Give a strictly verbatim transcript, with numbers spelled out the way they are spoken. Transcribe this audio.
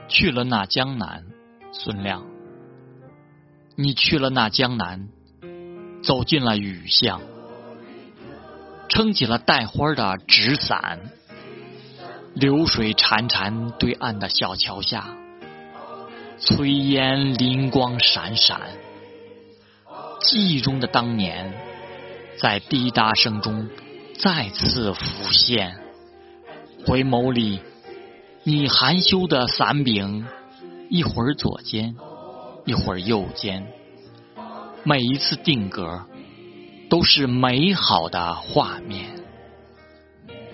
去了那江南，孙亮，你去了那江南，走进了雨巷，撑起了带花的纸伞，流水潺潺对岸的小桥下，炊烟灵光闪闪，记忆中的当年在滴答声中再次浮现。回眸里，你含羞的伞柄，一会儿左肩，一会儿右肩，每一次定格都是美好的画面。